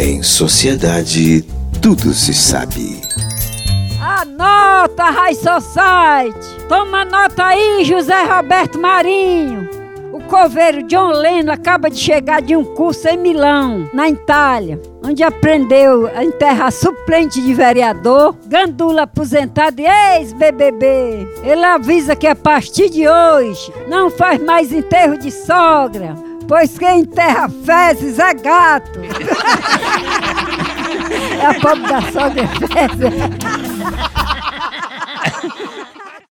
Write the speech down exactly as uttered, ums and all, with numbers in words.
Em sociedade, tudo se sabe. Anota, High Society! Toma nota aí, José Roberto Marinho! O coveiro John Lennon acaba de chegar de um curso em Milão, na Itália, onde aprendeu a enterrar suplente de vereador, gandula aposentado e ex-B B B. Ele avisa que a partir de hoje não faz mais enterro de sogra, pois quem enterra fezes é gato. É a pobre da sogra é fezes.